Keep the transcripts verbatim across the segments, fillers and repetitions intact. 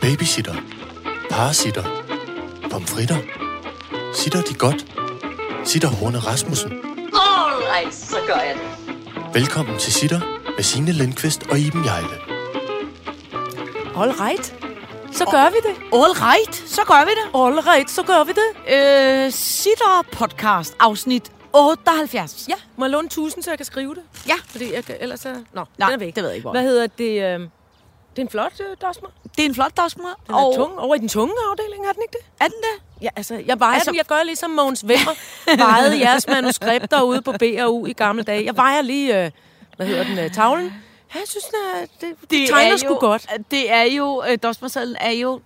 Babysitter. Parasitter. Pomfritter. Sitter de godt? Sitter Horne Rasmussen. Alright, så gør jeg det. Velkommen til Sitter med Signe Lindqvist og Iben Hjejle. All right. Så gør vi det. All right, så gør vi det. All right, så gør vi det. Øh, Sitter podcast afsnit otteoghalvfjerds. Ja, må jeg låne tusind, så jeg kan skrive det? Ja. Fordi jeg kan, ellers så... Nå, Nej, den er væk. det ved jeg ikke, hvor. Hvad hedder det? Øh... Det er en flot øh, dosmer. Det er en flot dosmer. Den er og... tung. Over i den tunge afdeling, er den ikke det? Er den det? Ja, altså, jeg vejer Altså- altså... jeg gør ligesom Mogens Wimmer vejede jeres manuskripter ude på B og U i gamle dage. Jeg vejer lige, øh, hvad hedder den, øh, tavlen. Ja, jeg synes, den er, det, det, det tegner sgu godt. Det er jo, øh, dosmersedlen er jo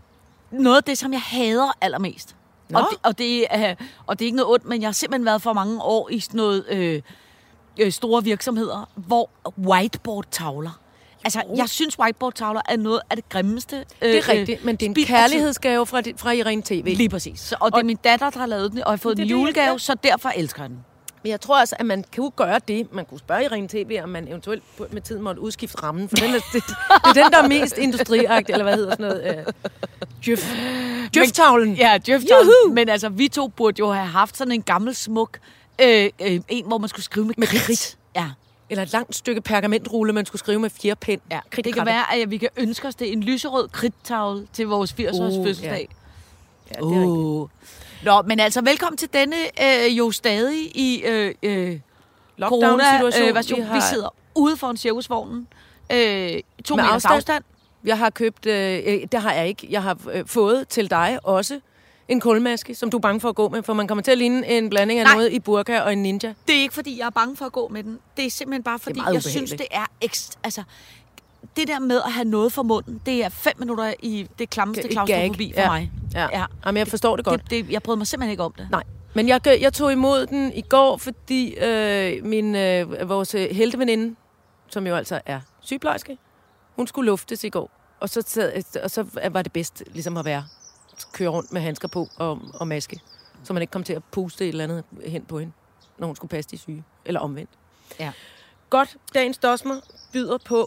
noget af det, som jeg hader allermest. Og det, og, det, øh, og det er ikke noget ondt, men jeg har simpelthen været for mange år i sådan noget øh, øh, store virksomheder, hvor whiteboard-tavler. Altså, jeg synes, whiteboard-tavler er noget af det grimmeste. Øh, Det er rigtigt, men det er en spild af kærlighedsgave fra, fra Irene T V. tid. Lige præcis. Så, og det er min datter, der har lavet den, og jeg har fået Det er en det, julegave, ja. så derfor elsker jeg den. Men jeg tror altså, at man kan jo gøre det. Man kunne spørge Irene T V, om man eventuelt på- med tiden måtte udskifte rammen. For den er, det, det er den, der er mest industriagtig, eller hvad hedder sådan noget? Øh, Djøf. Djøf-tavlen. Ja, Djøf-tavlen. Men altså, vi to burde jo have haft sådan en gammel, smuk øh, øh, en, hvor man skulle skrive med, Med kridt. kridt. Ja. Eller et langt stykke pergamentrulle, man skulle skrive med fjerpen. Ja, Kridt, det kan kratte. være, at vi kan ønske os det en lyserød kridttavle til vores firs-års Uh, fødselsdag. Ja, det er rigtigt. Uh. Nå, men altså, velkommen til denne øh, jo stadig i øh, øh, Lockdown-situation. corona-version. Vi Vi, har- vi sidder ude foran cirkusvognen. Øh, to Med meters afstand. afstand. Jeg har købt, øh, øh, det har jeg ikke, jeg har øh, fået til dig også en kulmaske, som du er bange for at gå med, for man kommer til at ligne en blanding af Nej. noget i burka og en ninja. Det er ikke, fordi jeg er bange for at gå med den. Det er simpelthen bare, fordi meget jeg synes, det er ekstra... Altså, det der med at have noget for munden, det er fem minutter i det klammeste Et klaustrofobi for ja. mig. Ja. Ja. Jamen, jeg forstår det godt. Det, det, jeg prøvede mig simpelthen ikke om det. Nej, men jeg, jeg tog imod den i går, fordi øh, min, øh, vores øh, helteveninde, som jo altså er sygeplejerske, hun skulle luftes i går. Og så, sad, og så var det bedst ligesom at være køre rundt med handsker på og, og maske, så man ikke kom til at puste et eller andet hen på hende, når hun skulle passe de syge. Eller omvendt. Ja. Godt, dagens dosmer byder på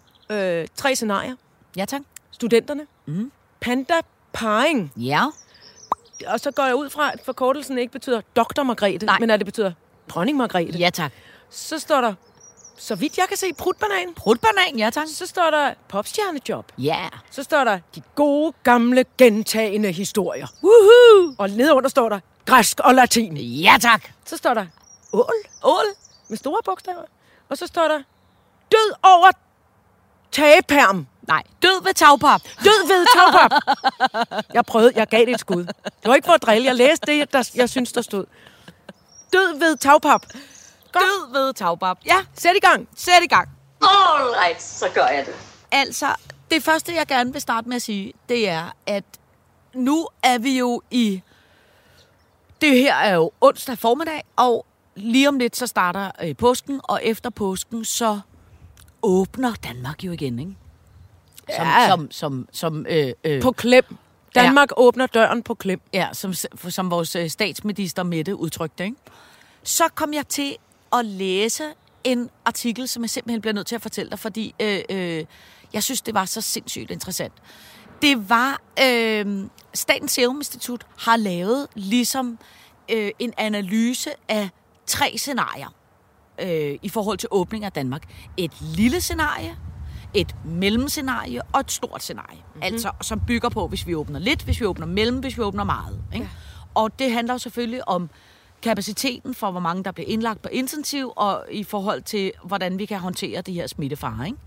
øh, tre scenarier. Ja, tak. Studenterne. Mhm. Panda parring. Ja. Og så går jeg ud fra, at forkortelsen ikke betyder doktor Margrethe, Nej. men at det betyder dronning Margrethe. Ja, tak. Så står der, så vidt jeg kan se, prutbanan. Prutbanan, ja, tak. Så står der popstjernejob. Ja. Så står der de gode, gamle, gentagende historier. Woohoo! Og nedenunder står der græsk og latin. Ja, tak. Så står der ål Ål. med store bogstaver. Og så står der død over tagepærm. Nej, død ved tagpap. Død ved tagpap. Jeg prøvede, jeg gav det et skud. Det var ikke for at drille. Jeg læste det, der, jeg synes, der stod. Død ved tagpap. Død ved tagpap. Ja, Sæt i gang. sæt i gang. Alright, så gør jeg det. Altså, det første, jeg gerne vil starte med at sige, det er, at nu er vi jo i... Det her er jo onsdag formiddag, og lige om lidt, så starter øh, påsken, og efter påsken, så åbner Danmark jo igen, ikke? Som, Ja. som, som, som, øh, øh, På klem. Danmark ja. åbner døren på klem. ja, som, som vores øh, statsminister Mette udtrykte, ikke? Så kom jeg til at læse en artikel, som jeg simpelthen bliver nødt til at fortælle dig, fordi øh, øh, jeg synes, det var så sindssygt interessant. Det var, øh, Statens Serum Institut har lavet ligesom øh, en analyse af tre scenarier øh, i forhold til åbning af Danmark. Et lille scenarie, et mellemscenarie og et stort scenarie. Mm-hmm. Altså, som bygger på, hvis vi åbner lidt, hvis vi åbner mellem, hvis vi åbner meget. Ikke? Ja. Og det handler jo selvfølgelig om kapaciteten for, hvor mange der bliver indlagt på intensiv, og i forhold til, hvordan vi kan håndtere det her smittefare. Ikke?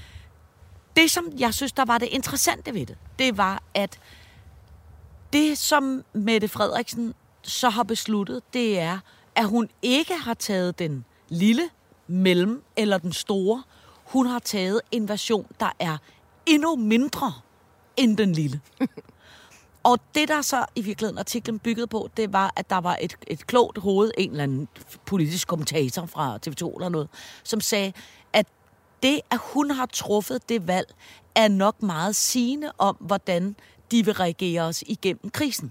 Det, som jeg synes, der var det interessante ved det, det var, at det, som Mette Frederiksen så har besluttet, det er, at hun ikke har taget den lille, mellem eller den store. Hun har taget en version, der er endnu mindre end den lille. Og det, der så i virkeligheden artiklen byggede på, det var, at der var et, et klogt hoved, en eller anden politisk kommentator fra T V to eller noget, som sagde, at det, at hun har truffet det valg, er nok meget sigende om, hvordan de vil reagere os igennem krisen.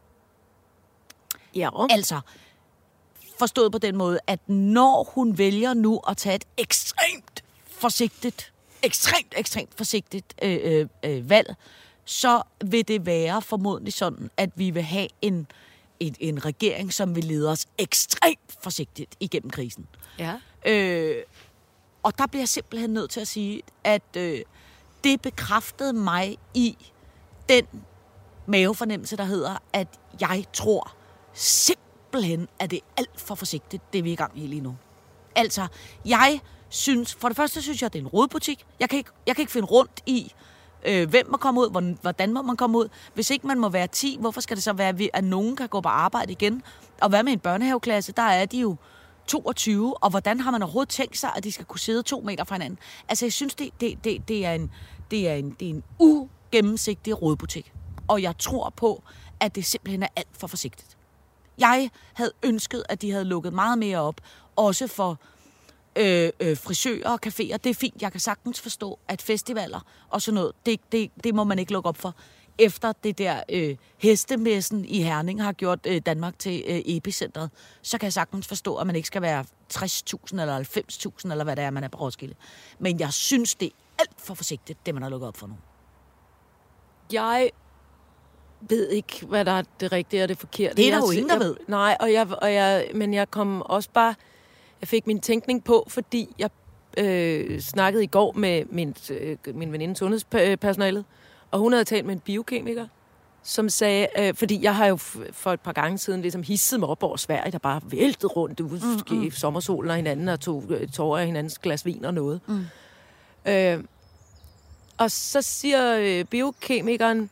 Ja. Altså, forstået på den måde, at når hun vælger nu at tage et ekstremt forsigtigt, ekstremt, ekstremt forsigtigt øh, øh, valg, så vil det være formodentlig sådan, at vi vil have en, en, en regering, som vil lede os ekstremt forsigtigt igennem krisen. Ja. Øh, og der bliver jeg simpelthen nødt til at sige, at øh, det bekræftede mig i den mavefornemmelse, der hedder, at jeg tror simpelthen, at det er alt for forsigtigt, det vi er i gang i lige nu. Altså, jeg synes, for det første synes jeg, det er en rodebutik. Jeg kan ikke, jeg kan ikke finde rundt i, øh, hvem må komme ud, hvordan må man komme ud. Hvis ikke man må være ti, hvorfor skal det så være, at nogen kan gå på arbejde igen? Og hvad med en børnehaveklasse? Der er de jo toogtyve, og hvordan har man overhovedet tænkt sig, at de skal kunne sidde to meter fra hinanden? Altså, jeg synes, det, det, det, det, er, en, det, er, en, det er en ugennemsigtig rodebutik. Og jeg tror på, at det simpelthen er alt for forsigtigt. Jeg havde ønsket, at de havde lukket meget mere op, også for øh, øh, frisører og caféer. Det er fint, jeg kan sagtens forstå, at festivaler og sådan noget, det, det, det må man ikke lukke op for. Efter det der øh, hestemessen i Herning har gjort øh, Danmark til øh, epicentret, så kan jeg sagtens forstå, at man ikke skal være tres tusind eller halvfems tusind, eller hvad det er, man er på Roskilde. Men jeg synes, det er alt for forsigtigt, det man har lukket op for nu. Jeg ved ikke, hvad der er det rigtige og det forkerte. Det er der jeg, jo ingen, der jeg, ved. Nej, og jeg, og jeg, men jeg kom også bare... Jeg fik min tænkning på, fordi jeg øh, snakkede i går med min, øh, min veninde sundhedspersonalet, og hun havde talt med en biokemiker, som sagde... Øh, fordi jeg har jo for et par gange siden ligesom hisset mig op over Sverige, der bare væltede rundt ude mm, i sommersolen af hinanden og tog øh, tårer af hinandens glas vin og noget. Mm. Øh, og så siger øh, biokemikeren,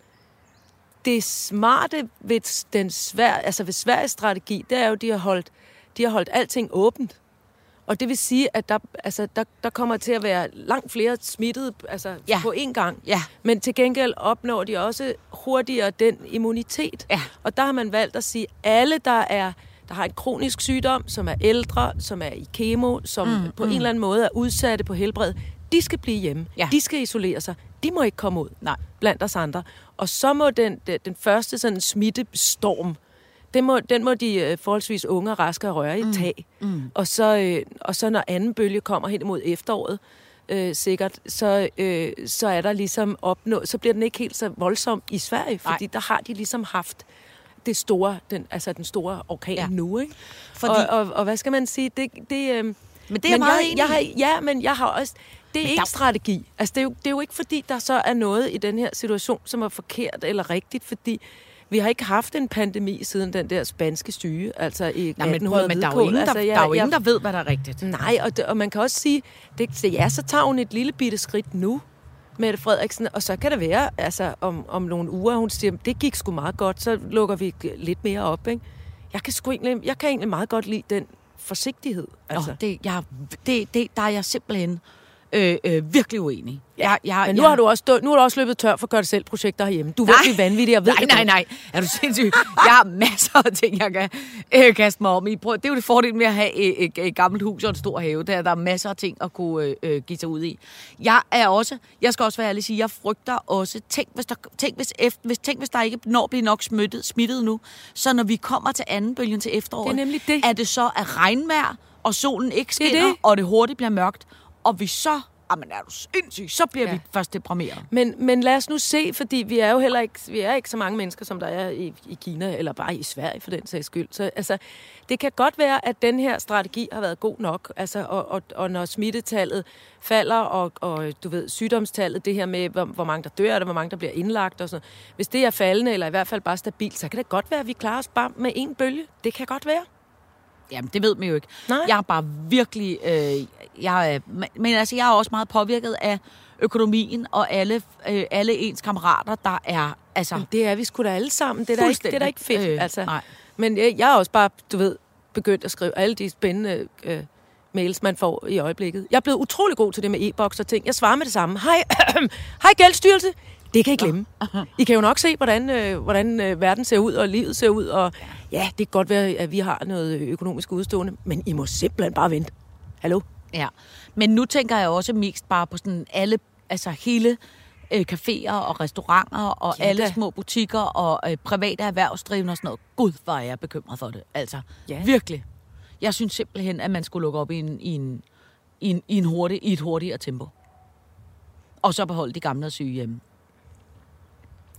det smarte ved den svær, altså ved Sveriges strategi, det er jo, de har holdt, de har holdt alting åbent. Og det vil sige, at der, altså, der, der kommer til at være langt flere smittede altså, ja. på én gang. Ja. Men til gengæld opnår de også hurtigere den immunitet. Ja. Og der har man valgt at sige, at alle, der, er, der har en kronisk sygdom, som er ældre, som er i kemo, som mm, på mm. en eller anden måde er udsatte på helbred, de skal blive hjemme. Ja. De skal isolere sig. De må ikke komme ud. Nej. Blandt os andre. Og så må den, den første sådan smittestorm, den må, den må de øh, forholdsvis unge og raske og røre i mm. tag. Mm. Og, så, øh, og så når anden bølge kommer hen imod efteråret, øh, sikkert, så, øh, så er der ligesom opnået, så bliver den ikke helt så voldsom i Sverige, fordi Nej. Der har de ligesom haft det store, den, altså den store orkan ja. Nu, ikke? Fordi... Og, og, og hvad skal man sige? Det, det, øh, men det er men meget jeg, jeg har, ja, men jeg har også... Det er men ikke der... strategi. Altså, det er, jo, det er jo ikke, fordi der så er noget i den her situation, som er forkert eller rigtigt, fordi vi har ikke haft en pandemi siden den der spanske syge, altså i Nej, men, prøv, men der er jo ingen, der, altså, jeg, der, er jo ingen, der ved, hvad der er rigtigt. Nej, og, det, og man kan også sige, det, så ja, så tager hun et lille bitte skridt nu, Mette Frederiksen, og så kan det være, altså om, om nogle uger, hun siger, det gik sgu meget godt, så lukker vi lidt mere op, ikke? Jeg kan sgu egentlig, jeg kan egentlig meget godt lide den forsigtighed. Altså. Oh, det, jeg, det, det, der er jeg simpelthen øh, øh, virkelig uenig. Ja, jeg, jeg, men nu, jeg, har du også stå, nu har du også løbet tør for gør-det-selv-projekter herhjemme. Du er virkelig vanvittig, jeg ved nej, nej, nej. Er du sindssyg? Jeg har masser af ting, jeg kan øh, kaste mig om i. Det er jo det fordel med at have et, et, et gammelt hus og en stor have. Der, der er masser af ting at kunne øh, give sig ud i. Jeg er også, jeg skal også være ærlig at sige, jeg frygter også, tænk hvis der, tænk, hvis efter, hvis, tænk, hvis der ikke når at blive nok smittet, smittet nu, så når vi kommer til anden bølgen til efteråret, det er, nemlig det. er det så af regnvejr, og solen ikke skinner, det det. og det hurtigt bliver mørkt, og vi så... Jamen er du sindssyg, så bliver ja. vi først deprimeret. Men, men lad os nu se, fordi vi er jo heller ikke, vi er ikke så mange mennesker, som der er i, i Kina, eller bare i Sverige for den sags skyld. Så altså, det kan godt være, at den her strategi har været god nok. Altså, og, og, og når smittetallet falder, og, og du ved, sygdomstallet, det her med, hvor, hvor mange der dør, og hvor mange der bliver indlagt, og sådan. Hvis det er faldende, eller i hvert fald bare stabilt, så kan det godt være, at vi klarer os bare med en bølge. Det kan godt være. Jamen, det ved man jo ikke. Nej. Jeg er bare virkelig... Øh, jeg, men altså, jeg er også meget påvirket af økonomien og alle, øh, alle ens kammerater, der er... Altså, men det er vi sgu da alle sammen. Det er da ikke, det er da ikke fedt. Øh, altså. Nej. Men jeg, jeg er også bare, du ved, begyndt at skrive alle de spændende øh, mails, man får i øjeblikket. Jeg er blevet utrolig god til det med e-boks og ting. Jeg svarer med det samme. Hej, hej Gældsstyrelse. Det kan I glemme. I kan jo nok se, hvordan, øh, hvordan øh, verden ser ud, og livet ser ud, og ja, det kan godt være, at vi har noget økonomisk udstående, men I må simpelthen bare vente. Hallo? Ja, men nu tænker jeg også mest bare på sådan alle, altså hele øh, caféer og restauranter, og ja, alle små butikker, og øh, private erhvervsdrivende og sådan noget. Gud, hvor er jeg bekymret for det. Altså, ja. Virkelig. Jeg synes simpelthen, at man skulle lukke op i, en, i, en, i, en, i, en hurtig, i et hurtigere tempo. Og så beholde de gamle og syge hjemme.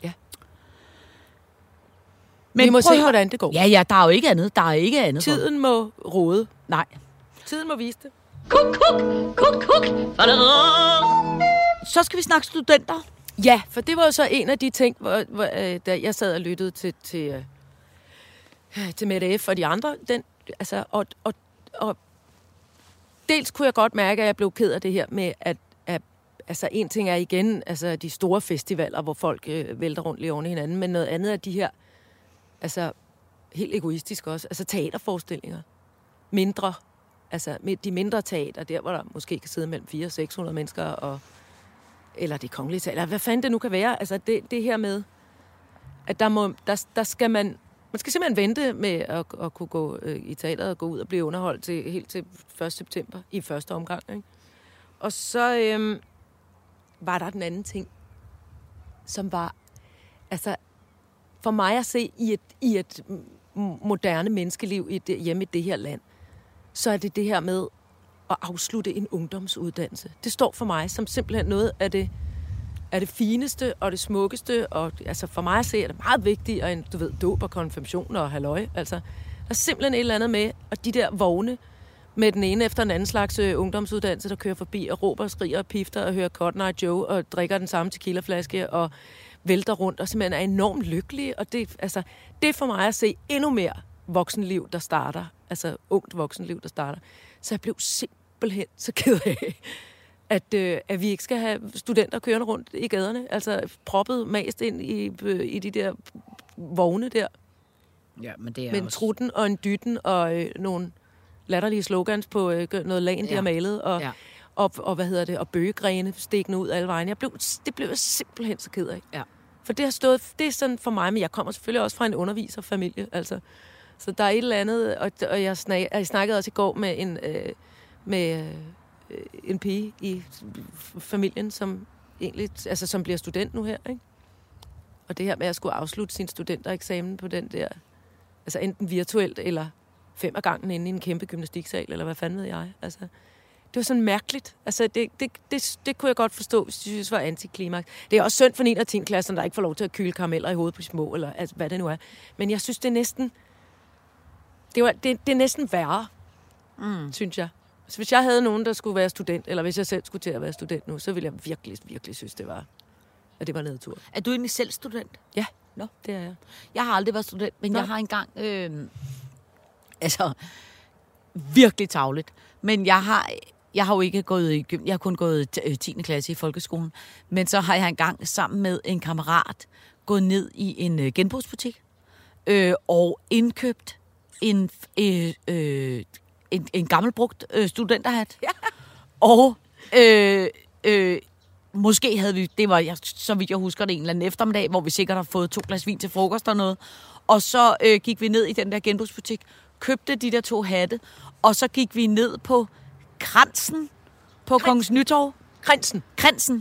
Men vi må se, at... hvordan det går. Ja, ja, der er jo ikke andet. Der er ikke andet. Tiden må råde. Nej. Tiden må vise det. Kuk, kuk, kuk, kuk. Så skal vi snakke studenter. Ja, for det var jo så en af de ting, hvor, hvor, øh, da jeg sad og lyttede til, til, øh, til Mette F. og de andre. Den, altså, og, og, og dels kunne jeg godt mærke, at jeg blev ked af det her med, at, at altså, en ting er igen altså, de store festivaler, hvor folk øh, vælter rundt lige oven i hinanden, men noget andet er de her, altså helt egoistisk også, altså teaterforestillinger. Mindre, altså med de mindre teater, der hvor der måske kan sidde mellem fire og seks hundrede mennesker, og, eller det kongelige teater, hvad fanden det nu kan være. Altså det, det her med, at der, må, der, der skal man, man skal simpelthen vente med at, at kunne gå øh, i teateret og gå ud og blive underholdt til, helt til første september i første omgang. Ikke? Og så øh, var der den anden ting, som var, altså for mig at se i et, i et moderne menneskeliv i det, hjemme i det her land, så er det det her med at afslutte en ungdomsuddannelse. Det står for mig som simpelthen noget af det, af det fineste og det smukkeste, og altså for mig at se er det meget vigtigere end, du ved, dåb og konfirmation og halløj. Altså, der er simpelthen et eller andet med, at de der vogne med den ene efter den anden slags øh, ungdomsuddannelse, der kører forbi og råber og skriger og pifter og hører Cotton Eye Joe og drikker den samme tequilaflaske og vælter rundt og simpelthen er enormt lykkelige. Og det, altså, det er for mig at se endnu mere voksenliv, der starter. Altså ungt voksenliv, der starter. Så jeg blev simpelthen så ked af, at, øh, at vi ikke skal have studenter kørende rundt i gaderne. Altså proppet mast ind i, øh, i de der vogne der. Ja, men det er med en også... trutten og en dytten og øh, nogle latterlige slogans på øh, noget lagen, ja. De har malet. Og, ja. og, og, hvad hedder det? Og bøgegrene stikkende ud alle vejen. Jeg blev, det blev jeg simpelthen så ked af. Ja. For det har stået, det er sådan for mig, men jeg kommer selvfølgelig også fra en underviserfamilie, altså. Så der er et eller andet, og, og jeg, snak, jeg snakkede også i går med en, øh, med, øh, en pige i familien, som egentlig, altså som bliver student nu her, ikke? Og det her med at skulle afslutte sin studentereksamen på den der, altså enten virtuelt eller fem af gangen inde i en kæmpe gymnastiksal, eller hvad fanden ved jeg, altså. Det var sådan mærkeligt. Altså, det, det, det, det kunne jeg godt forstå, hvis jeg synes, var antiklimaks. Det er også synd for niende og tiende klassen, der ikke får lov til at kyle karameller i hovedet på små, eller altså, hvad det nu er. Men jeg synes, det er næsten... Det, var, det, det er næsten værre, mm. synes jeg. Så hvis jeg havde nogen, der skulle være student, eller hvis jeg selv skulle til at være student nu, så ville jeg virkelig, virkelig synes, det var, at det var nedtur. Er du egentlig selv student? Ja, Nå. Det er jeg. Jeg har aldrig været student, men Nå. jeg har engang... Øh, altså, virkelig tarveligt. Men jeg har... Jeg har jo ikke gået i gym, jeg har kun gået i tiende klasse i folkeskolen. Men så har jeg engang sammen med en kammerat gået ned i en øh, genbrugsbutik øh, og indkøbt en, øh, øh, en, en gammelbrugt øh, studenterhat. Ja. Og øh, øh, måske havde vi, det var jeg, så vidt jeg husker det, en eller anden eftermiddag, hvor vi sikkert har fået to glas vin til frokost og noget. Og så øh, gik vi ned i den der genbrugsbutik, købte de der to hatte, og så gik vi ned på Kransen på Kongens Nytorv. Kransen. Kransen.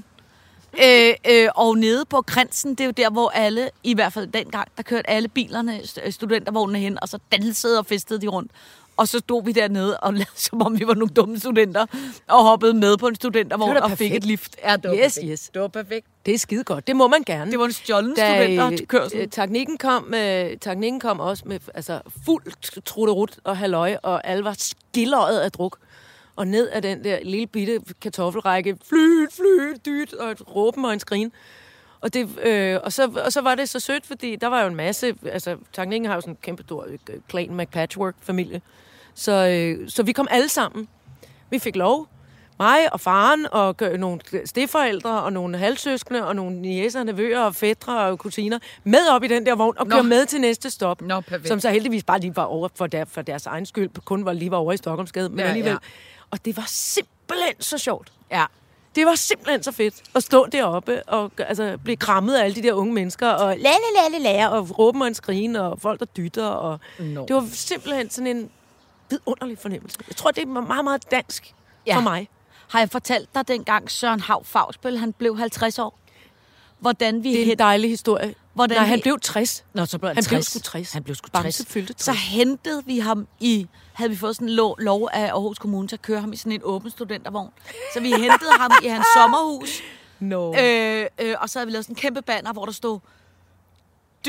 Øh, øh, og nede på Kransen, det er jo der, hvor alle, i hvert fald dengang, der kørte alle bilerne, studentervognene hen, og så dansede og festede de rundt. Og så stod vi dernede og lavede, som om vi var nogle dumme studenter, og hoppede med på en studentervogn og fik et lift. Ja, det var yes, perfekt. Yes. Det var perfekt. Det er skide godt. Det må man gerne. Det var en stjålen studenterkørsel. Øh, teknikken kom, øh, teknikken kom også med altså, fuld trutterut og halløj, og alle var skilløjet af druk. Og ned af den der lille bitte kartoffelrække, flyt, flyt, dyt, og et råben og en skrin. Og, det, øh, og, så, og så var det så sødt, fordi der var jo en masse, altså teknikken har jo sådan en kæmpe stor øh, Clayton McPatchwork-familie. Så, øh, så vi kom alle sammen. Vi fik lov. Mig og faren og nogle stedforældre og nogle halvsøskende og nogle niecer, nevøer og fætre og kusiner med op i den der vogn og køre med til næste stop. Nå, som så heldigvis bare lige var over for, der, for deres egen skyld. Kun var lige var over i Stockholmsgade, men ja, alligevel. Ja. Og det var simpelthen så sjovt. Ja. Det var simpelthen så fedt at stå deroppe og altså, blive krammet af alle de der unge mennesker og la la la la og råben og en skrigen og folk der dytter. Og no. Det var simpelthen sådan en vidunderlig fornemmelse. Jeg tror, det er meget, meget dansk ja. For mig. Har jeg fortalt dig dengang Søren Hauch Fausbøll, han blev halvtreds år? Hvordan vi det er en hen... dejlig historie. Hvordan Nej, vi... han blev tres. Nå, så blev han, han tres. blev sgu tres. Han blev sgu tres. Fyldte tres. Så hentede vi ham i... Havde vi fået sådan en lov, lov af Aarhus Kommune til at køre ham i sådan en åben studentervogn. Så vi hentede ham i hans sommerhus. No. Øh, øh, og så havde vi lavet sådan en kæmpe banner, hvor der stod... Dyt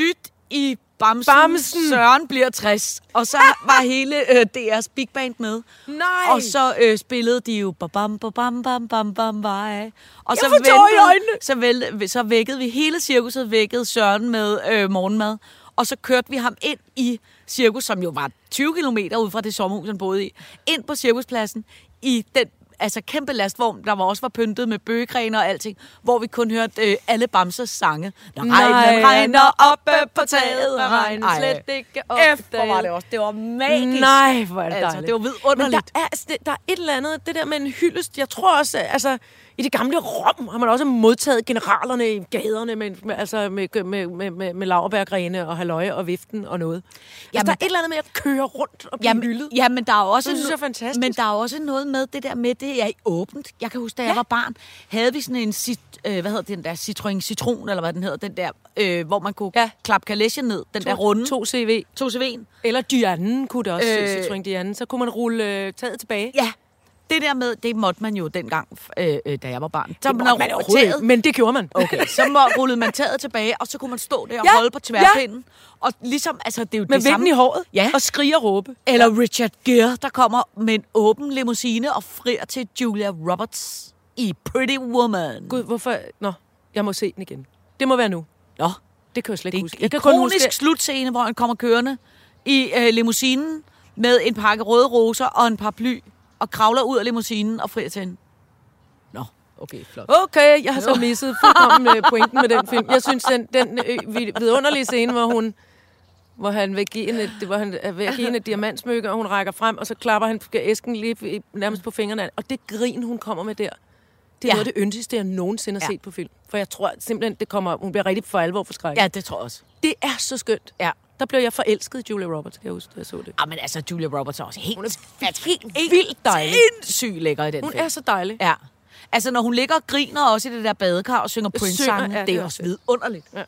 i Bamsen. Bamsen. Søren bliver tres. Og så var hele øh, D R's Big Band med. Nej. Og så øh, spillede de jo bam bam bam bam bam bam bam. Og så, får tårer i øjnene. så, vel, så vækkede vi hele cirkuset, vækkede Søren med øh, morgenmad. Og så kørte vi ham ind i cirkus, som jo var tyve kilometer ud fra det sommerhus, han boede i. Ind på cirkuspladsen i den altså kæmpe lastvogn, der var også var pyntet med bøgegrener og alting, hvor vi kun hørte øh, alle Bamses sange. Når regnen regner oppe på taget, og regnen slet ikke op. Hvor var det også. Det var magisk. Nej, hvor er det altså, dejligt. det var vidunderligt. Men der er, altså, det, der er et eller andet, det der med en hyldest. Jeg tror også, altså, i det gamle Rom har man også modtaget generalerne i gaderne med, med, altså, med, med, med, med, med laurbærgrene og halløje og viften og noget. Altså, jamen, der er et eller andet med at køre rundt og blive jamen, hyldet. Ja, men der er også det synes no- jeg er fantastisk. Men der er også noget med det der med, det er åbent. Jeg kan huske, da jeg ja. var barn, havde vi sådan en cit, øh, hvad hedder den der, Citroën Citron, eller hvad den hedder, den der, øh, hvor man kunne ja. klappe kalechen ned, den to, der runde. to C V. to C V'en. Eller Dianen kunne det også, øh, Citroën Dianen. Så kunne man rulle øh, taget tilbage. Ja. Det der med, det måtte man jo dengang, øh, øh, da jeg var barn. Så det måtte man overhovedet ikke, men det gjorde man. Okay, så må, rullede man taget tilbage, og så kunne man stå der og ja, holde på tværpinden. Ja. Og ligesom, altså det er jo med det samme. Med i håret, ja. og skrige og råbe. Eller ja. Richard Gere, der kommer med en åben limousine og frier til Julia Roberts i Pretty Woman. Gud, hvorfor? Nå, jeg må se den igen. Det må være nu. Nå. Det kan jeg slet ikke huske. Det er en ikonisk slutscene, hvor han kommer kørende i øh, limousinen med en pakke røde roser og en paraply. Og kravler ud af limousinen og frier til hende. Nå, okay, flot. Okay, jeg har så misset fuldkommen pointen med den film. Jeg synes, den, den øh, vidunderlige scene, hvor hun, hvor han vil give hende, hvor han er ved at give hende et diamantsmykke, og hun rækker frem, og så klapper han æsken lige nærmest på fingrene. Og det grin, hun kommer med der, det er ja. noget af det yndigste, jeg nogensinde har ja. set på film. For jeg tror simpelthen, det kommer, hun bliver rigtig for alvor forskrækket. Ja, det tror jeg også. Det er så skønt. Ja. Der blev jeg forelsket i Julia Roberts, kan jeg huske, da jeg så det. Ah, men altså, Julia Roberts er også helt, hun er helt vildt dejlig. Sindssygt lækker i den hun film. Hun er så dejlig. Ja. Altså, når hun ligger og griner også i det der badekar og synger Prince-sangen, ja, det er også vidunderligt. Ja.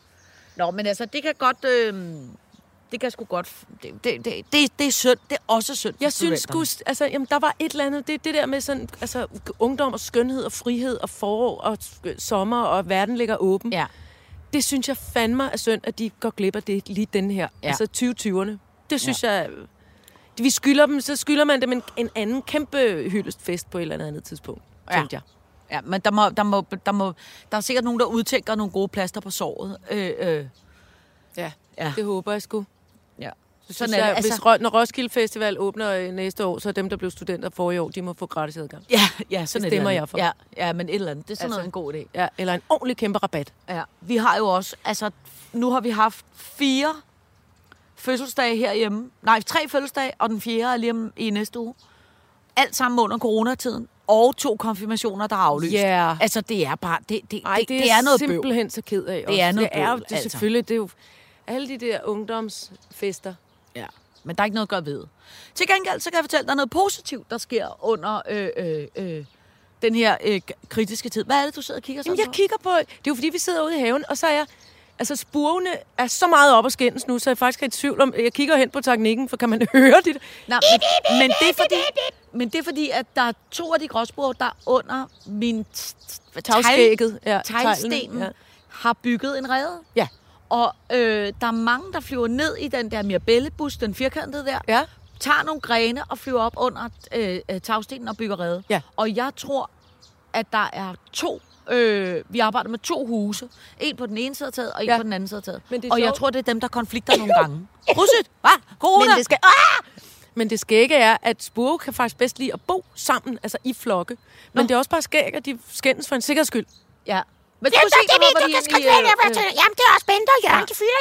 Nå, men altså, det kan godt... Øh, det kan sgu godt... Det, det, det, det, det er synd. Det er også synd. Jeg synes sgu... Altså, jamen, der var et eller andet... Det, det der med sådan... Altså, ungdom og skønhed og frihed og forår og sommer og verden ligger åben. Ja. Det synes jeg fandme er synd, at de går glip af det lige den her. Ja. Altså tyve tyverne. Det synes ja. jeg... Vi skylder dem, så skylder man dem en, en anden kæmpe hyldestfest på et eller andet tidspunkt, ja. tænkte jeg. Ja, men der må, der må, der må, der er sikkert nogen, der udtænker nogle gode plaster på såret. Øh, øh. Ja, ja, det håber jeg sgu. Ja. Så sådan jeg, altså, hvis, når Roskilde Festival åbner næste år, så dem, der blev studenter forrige år, de må få gratis adgang. Ja, ja, sådan det stemmer jeg for. Ja, ja, men et eller andet. Det er sådan altså, noget en god idé. Ja, eller en ordentlig kæmpe rabat. Ja, vi har jo også, altså, nu har vi haft fire fødselsdage herhjemme. Nej, tre fødselsdage, og den fjerde er lige om, i næste uge. Alt sammen under coronatiden. Og to konfirmationer, der er aflyst. Yeah. Altså, det er bare... Det, det, Ej, det, det, det er, er noget bøv. Simpelthen så ked af. Det er noget det er bøv, det altså. Selvfølgelig, det er jo alle de der ungdomsfester. Ja, men der er ikke noget at gøre ved. Til gengæld, så kan jeg fortælle, der er noget positivt, der sker under øh, øh, øh, den her øh, kritiske tid. Hvad er det, du sidder og kigger sådan Jamen, jeg på? kigger på... Det er jo, fordi vi sidder ude i haven, og så er jeg... Altså, spurvene er så meget op og skændes nu, så jeg faktisk er i tvivl om... Jeg kigger hen på teknikken, for kan man høre det? Nej, men, men, det er fordi, men det er fordi, at der er to af de gråsspurve, der under min tagskægget, ja, teglstenen, ja. har bygget en rede. Ja. Og øh, der er mange, der flyver ned i den der Mirabelle-bus, den firkantede der, ja. tager nogle grene og flyver op under øh, tagstenen og bygger rede. Ja. Og jeg tror, at der er to... Øh, vi arbejder med to huse. En på den ene side af taget, og en ja. på den anden side af taget. Og jeg tror, det er dem, der konflikter nogle gange. Russet! Hvad? Corona! Men det, skal, ah! Men det skægge er, at spurve kan faktisk bedst lide at bo sammen, altså i flokke. Men Nå. det er også bare skæg, at de skændes for en sikkerheds skyld. Ja. Men jamen, det er det, du kan skrive øh, øh, jamen, det er også Bente og Jørgen, ja. de fylder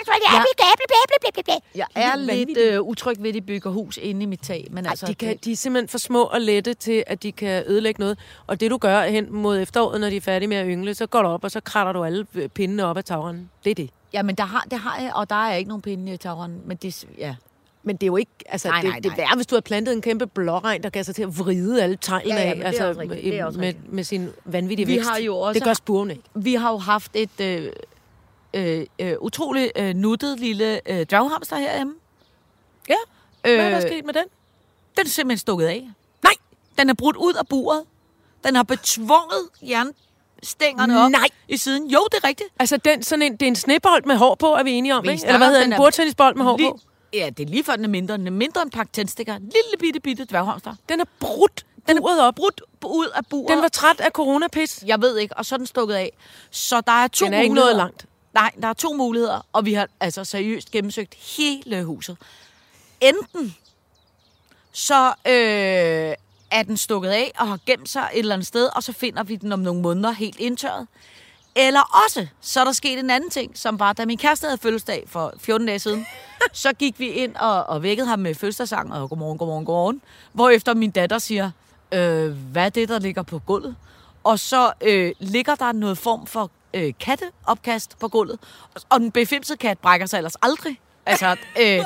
hele. Ja. Jeg er lidt øh, utryg ved, at de bygger hus inde i mit tag. Men Ej, altså, de, kan, de er simpelthen for små og lette til, at de kan ødelægge noget. Og det, du gør hen mod efteråret, når de er færdige med at yngle, så går du op, og så kratter du alle pindene op af tageren. Det er det. Ja, men der har, det har jeg, og der er ikke nogen pinde i tageren. Men det, ja... Men det er jo ikke, altså, nej, nej, nej. det, det er værre, hvis du har plantet en kæmpe blåregn, der kan sig til at vride alle teglene ja, ja, af, altså, med, med, med sin vanvittige vi vækst. Har jo også, det gør spurvene ikke. Vi har jo haft et øh, øh, øh, utroligt øh, nuttet lille øh, dværghamster herhjemme. Ja, hvad øh, er der sket med den? Den er simpelthen stukket af. Nej! Den er brudt ud af buret. Den har betvunget jern, stængerne op Nej. i siden. Jo, det er rigtigt. Altså, den, sådan en, det er en snebold med hår på, er vi enige om, Vi ikke? snakker Eller hvad om, hedder den en er bordtennisbold med hår Lige, på? ja, det er lige før, den er mindre. Den er mindre end pakke tændstikker. En lille bitte, bitte dværghamster. Den er brudt Den er buret op. brudt ud af buret. Den var træt af coronapis. Jeg ved ikke, og så er den stukket af. Så der er to Den er ikke muligheder. nået langt. Nej, der er to muligheder, og vi har altså seriøst gennemsøgt hele huset. Enten så øh, er den stukket af og har gemt sig et eller andet sted, og så finder vi den om nogle måneder helt indtørret. Eller også, så er der sket en anden ting, som var, da min kæreste havde fødselsdag for fjorten dage siden, så gik vi ind og, og vækkede ham med fødselsdagssang, og godmorgen, godmorgen, godmorgen, hvorefter min datter siger, øh, hvad er det, der ligger på gulvet? Og så øh, ligger der noget form for øh, katteopkast på gulvet, og den befimsede kat brækker sig ellers aldrig. Altså, øh,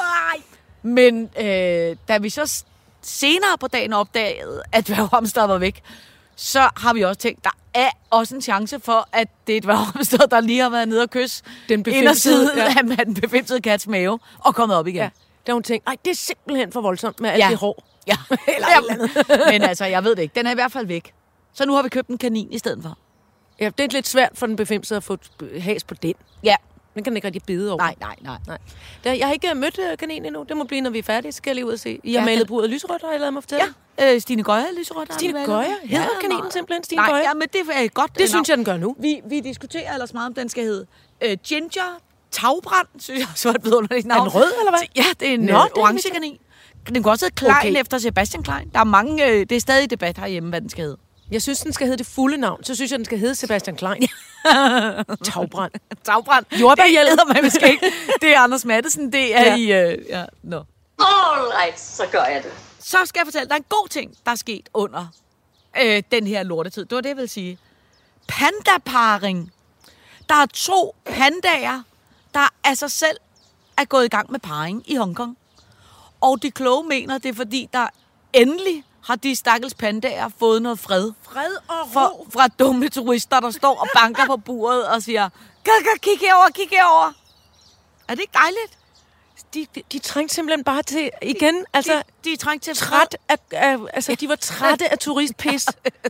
men øh, da vi så senere på dagen opdagede, at dværghamster var væk, så har vi også tænkt, der er også en chance for, at det er et dværghamster, der lige har været nede og kysse Den indersiden befimsede, ja. af den befimsede kats mave og kommet op igen. Ja. Der hun tænkt, ej, det er simpelthen for voldsomt med alt Ja. det hår. Ja. Eller et eller andet. Men altså, jeg ved det ikke. Den er i hvert fald væk. Så nu har vi købt en kanin i stedet for. Ja, det er lidt svært for den befimsede at få has på den. Ja. Den kan den ikke rigtig bide over. Nej, nej, nej. Nej. Der, jeg har ikke uh, mødt uh, kaninen endnu. Det må blive, når vi er færdige. Så skal jeg lige ud og se. I har Ja, malet den- buret lyserødt, har jeg lavet mig fortælle. Ja, øh, Stine Gøjer, lyserødt. har vi Stine malet. Gøjer? Hedder Ja, kaninen meget. simpelthen Stine Nej, Gøjer? ja, men det er godt. Det synes jeg, den gør nu. Vi, vi diskuterer ellers meget, om den skal hedde øh, Ginger Tagbrand, synes jeg så er et vidunderligt navn. Er den rød, eller hvad? Ja, det er en Nå, øh, det er orange lidt- kanin. Den kunne også hedde Klein Okay. efter Sebastian Klein. Der er mange, øh, det er stadig debat herhjemme, hvad den skal hedde. Jeg synes, den skal hedde det fulde navn. Så synes jeg, den skal hedde Sebastian Klein. Tagbrand. Tagbrand. Jordbærhjælp. Det hedder man måske ikke. Det er Anders Mattesen, det er Ja. i... Øh, ja, no. Alright, så gør jeg det. Så skal jeg fortælle, der er en god ting, der er sket under øh, den her lortetid. Det var det, jeg ville sige. Pandaparing. Der er to pandaer, der af sig selv er gået i gang med parring i Hongkong. Og de kloge mener, det er fordi, der endelig har de stakkels pandaer fået noget fred. Fred og For, fra dumme turister, der står og banker på buret og siger, kig, kig herover, kig herover. Er det ikke dejligt? De, de, de trængte simpelthen bare til, igen, altså, De, de er trængt til træt af, af, altså, de var trætte af turistpis.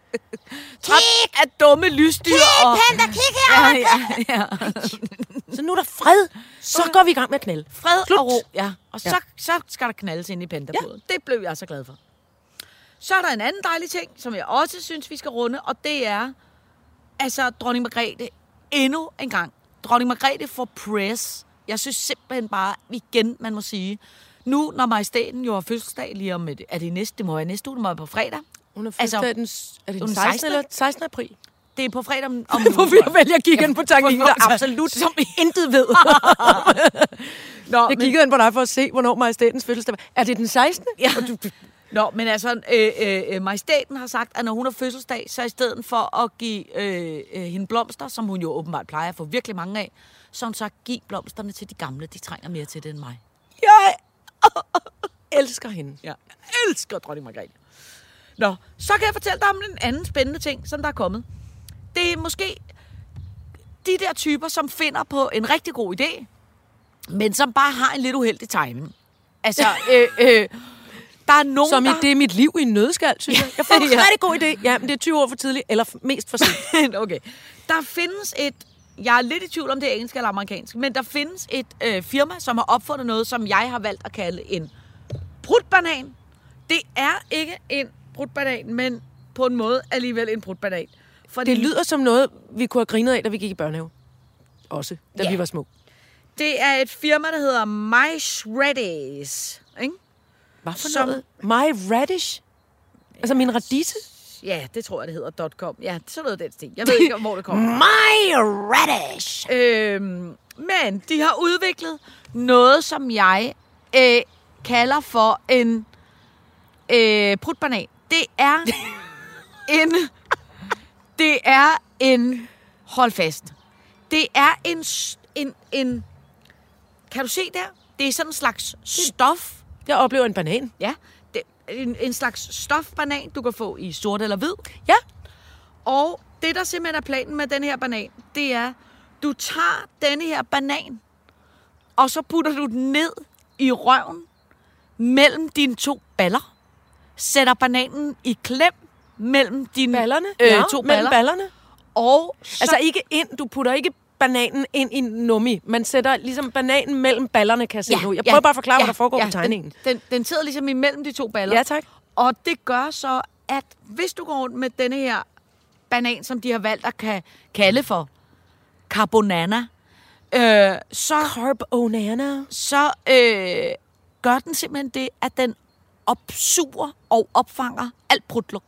træt af dumme lysdyr. Og, Panda, kig her! ja, ja, ja. Så nu er der fred. Så går vi i gang med at knælde. Fred Slut. og ro. Ja. Og så, Ja. så skal der knaldes ind i pandaboden. Ja. Det blev jeg så glad for. Så er der en anden dejlig ting, som jeg også synes, vi skal runde, og det er, altså, dronning Margrethe endnu en gang. Dronning Margrethe for press. Jeg synes simpelthen bare, igen, man må sige, nu når majestæten jo har fødselsdag lige om, et, er det næste, det må være næste uge, det må være på fredag. Hun er Altså, fødselsdag den, er det den den sekstende sekstende? eller sekstende april? Det er på fredag om... om Hvorfor jeg vælger at kigge ind på tanken, der absolut Som intet ved. Nå, Jeg kiggede ind på dig for at se, hvornår majestætens fødselsdag var. Er det den sekstende? Ja. Nå, men altså, øh, øh, majestæten har sagt, at når hun har fødselsdag, så i stedet for at give øh, øh, hende blomster, som hun jo åbenbart plejer at få virkelig mange af, så har hun sagt, giv blomsterne til de gamle. De trænger mere til det end mig. Jeg elsker hende. Ja. Jeg elsker dronning Margrethe. Nå, så kan jeg fortælle dig om en anden spændende ting, som der er kommet. Det er måske de der typer, som finder på en rigtig god idé, men som bare har en lidt uheldig timing. Altså, øh, øh, der er nogen, Som i der... det er mit liv i en nødskal, synes jeg. Jeg får en Ja. rigtig god idé. Ja, men det er tyve år for tidligt, eller f- mest for sent. Okay. Der findes et, jeg er lidt i tvivl om det er engelsk eller amerikansk, men der findes et øh, firma, som har opfundet noget, som jeg har valgt at kalde en brudbanan. Det er ikke en brudbanan, men på en måde alligevel en brudbanan. Fordi Det lyder som noget, vi kunne have grinet af, da vi gik i børnehave. Også, da Ja. vi var små. det er et firma, der hedder My Shreddies. Ikke? Hvad for Som- noget? My Radish? Altså min radise? Ja, det tror jeg, det hedder .com. Ja, sådan noget den stil. Jeg ved ikke, hvor det kommer. My Radish! Øhm, men de har udviklet noget, som jeg øh, kalder for en øh, prutbanan. Det er en... Det er en... Hold fast. Det er en, s- en, en... Kan du se der? Det er sådan en slags stof. Jeg oplever en banan. Ja, det, en, en slags stofbanan, du kan få i sort eller hvid. Ja. Og det, der simpelthen er planen med den her banan, det er, du tager denne her banan, og så putter du den ned i røven mellem dine to baller. Sætter bananen i klem mellem dine Ballerne? øh, ja, to mellem baller. ballerne. Og så, Altså ikke ind, du putter ikke bananen ind i nummi. Man sætter ligesom bananen mellem ballerne, kan jeg se Ja, nu. Jeg ja, prøver bare at forklare, ja, hvad der foregår ja, på tegningen. Den, den, den sidder ligesom imellem de to baller. Ja, tak. Og det gør så, at hvis du går rundt med denne her banan, som de har valgt at kan kalde for carbonana, øh, så, Carbonana. så øh, gør den simpelthen det, at den opsuger og opfanger alt prutlugt.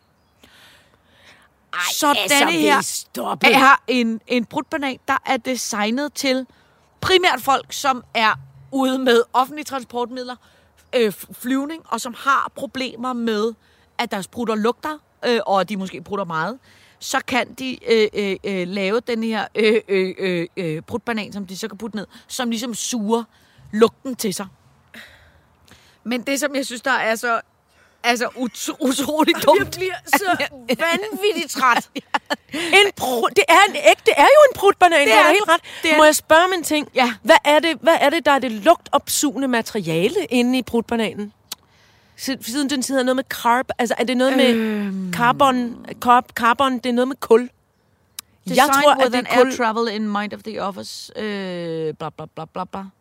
Ej, Så altså, denne vil her I stoppe? er en, en brudbanan, der er designet til primært folk, som er ude med offentlige transportmidler, øh, flyvning, og som har problemer med, at deres prutter lugter, øh, og at de måske prutter meget. Så kan de øh, øh, øh, lave den her øh, øh, øh, øh, brudbanan, som de så kan putte ned, som ligesom suger lugten til sig. Men det, som jeg synes, der er så altså ut- utroligt dumt. Jeg bliver så vanvittigt træt. En pru- det er en ægte, det er jo en prutbanan, det er, er helt ret. det er- Må jeg spørge om en ting? Ja. Hvad er det, hvad er det der er det lugtopsugende materiale inde i prutbananen? Siden den hedder noget med carb, altså er det noget med øhm. carbon, carb, carbon, det er noget med kul. Design Jeg tror, with at det an er kul. air travel in mind of the office. Øh, bla, bla, bla, bla, bla.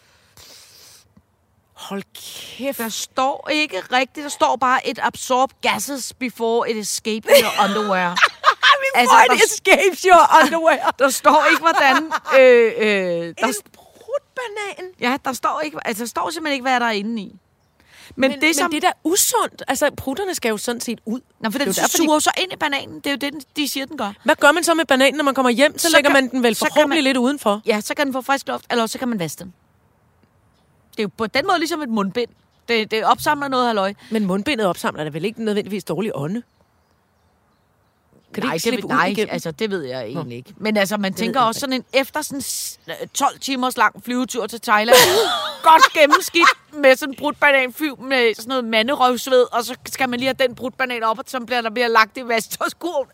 Hold kæft. Der står ikke rigtigt. Der står bare, it absorb gases before it escape your underwear. Altså, der, it escapes your underwear. der står ikke, hvordan... Øh, øh, der, En prutbanan. ja, der står ikke... Altså, der står simpelthen ikke, hvad der er inde i. Men, Men, det, men som, det er da usundt. Altså, prutterne skal jo sådan set ud. Nå, for Det er den jo derfor, suger så ind i bananen. Det er jo det, den- de siger, den gør. Hvad gør man så med bananen, når man kommer hjem? Så, Så lægger kan- man den vel så kan forhåbentlig man- lidt udenfor. Ja, så kan den få frisk luft, eller så kan man vaske den. Det er jo på den måde ligesom et mundbind. Det, det opsamler noget halløj. Men mundbindet opsamler da vel ikke nødvendigvis dårlig ånde? Kan Nej, ikke det, slippe ved- nej ud igennem? altså, det ved jeg egentlig ikke. Men altså, man tænker ved jeg også sådan en, efter sådan en tolv timers lang flyvetur til Thailand, godt gennemskidt med sådan en brudbananfyv med sådan noget manderøvsved, og så skal man lige have den brudbanan op, og så bliver der bliver lagt i vasketøjskurven.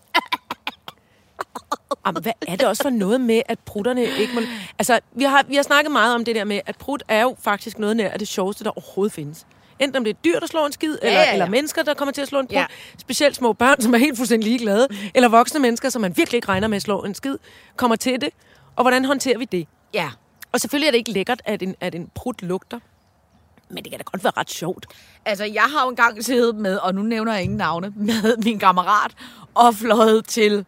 Jamen, hvad er det også for noget med, at prutterne ikke må... Altså, vi har, vi har snakket meget om det der med, at prut er jo faktisk noget nær af det sjoveste, der overhovedet findes. Enten om det er dyr, der slår en skid, ja, eller, ja, ja. eller mennesker, der kommer til at slå en prut. Ja. Specielt små børn, som er helt fuldstændig ligeglade. Eller voksne mennesker, som man virkelig ikke regner med at slå en skid, kommer til det. Og hvordan håndterer vi det? Ja. Og selvfølgelig er det ikke lækkert, at en, at en prut lugter. Men det kan da godt være ret sjovt. Altså, jeg har jo engang siddet med, og nu nævner jeg ingen navne, med min kammerat, og fløjet til